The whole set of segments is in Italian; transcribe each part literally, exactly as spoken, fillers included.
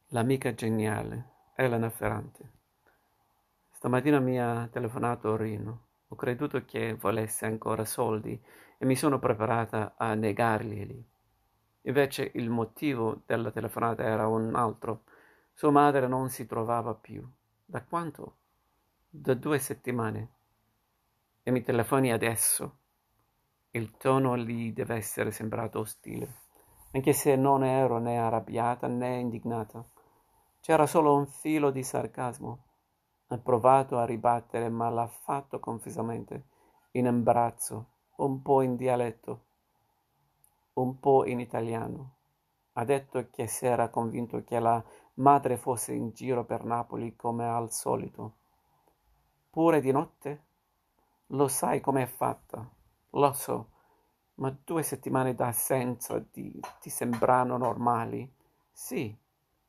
L'amica geniale, Elena Ferrante. Stamattina mi ha telefonato Rino. Ho creduto che volesse ancora soldi e mi sono preparata a negarglieli. Invece il motivo della telefonata era un altro. Sua madre non si trovava più. Da quanto? Da due settimane. E mi telefoni adesso. Il tono gli deve essere sembrato ostile, anche se non ero né arrabbiata né indignata. C'era solo un filo di sarcasmo. Ha provato a ribattere, ma l'ha fatto confusamente, in imbarazzo, un po' in dialetto, un po' in italiano. Ha detto che si era convinto che la madre fosse in giro per Napoli come al solito. Pure di notte? Lo sai com'è fatta? Lo so, ma due settimane d'assenza ti, ti sembrano normali? Sì,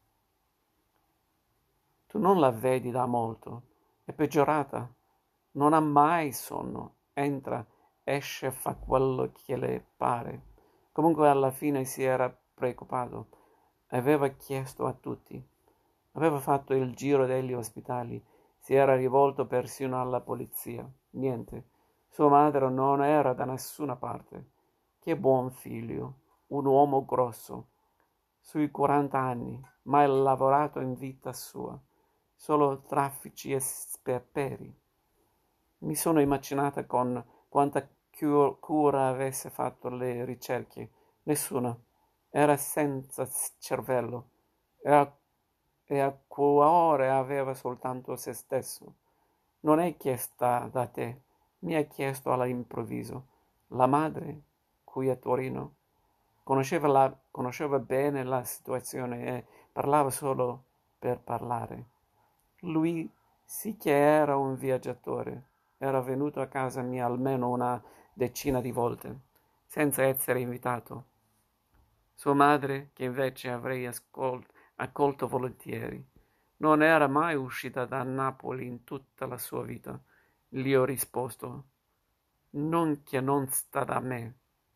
tu non la vedi da molto. È peggiorata. Non ha mai sonno. Entra, esce, fa quello che le pare. Comunque alla fine si era preoccupato. Aveva chiesto a tutti. Aveva fatto il giro degli ospedali. Si era rivolto persino alla polizia. Niente. Sua madre non era da nessuna parte. Che buon figlio. Un uomo grosso. Sui quaranta anni. Mai lavorato in vita sua. Solo traffici e sperperi. Mi sono immaginata con quanta cu- cura avesse fatto le ricerche. Nessuna. Era senza s- cervello e a, e a cuore aveva soltanto se stesso. Non è chiesta da te, mi ha chiesto all'improvviso. La madre, qui a Torino, conosceva, la- conosceva bene la situazione e parlava solo per parlare. Lui sì che era un viaggiatore, era venuto a casa mia almeno una decina di volte, senza essere invitato. Sua madre, che invece avrei ascol- accolto volentieri, non era mai uscita da Napoli in tutta la sua vita. Gli ho risposto, non che non sta da me.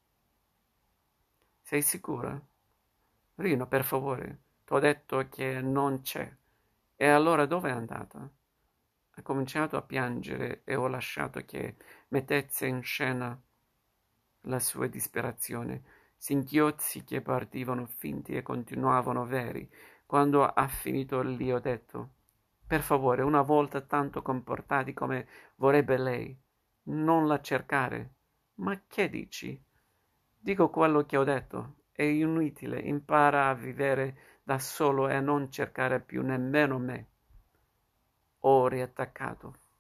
Sei sicura? Rino, per favore, t'ho detto che non c'è. E allora dove è andata? Ha cominciato a piangere e ho lasciato che mettesse in scena la sua disperazione. Singhiozzi che partivano finti e continuavano veri. Quando ha finito gli ho detto: per favore, una volta tanto comportati come vorrebbe lei, non la cercare. Ma che dici? Dico quello che ho detto. È inutile, impara a vivere da solo e a non cercare più nemmeno me. Ho riattaccato.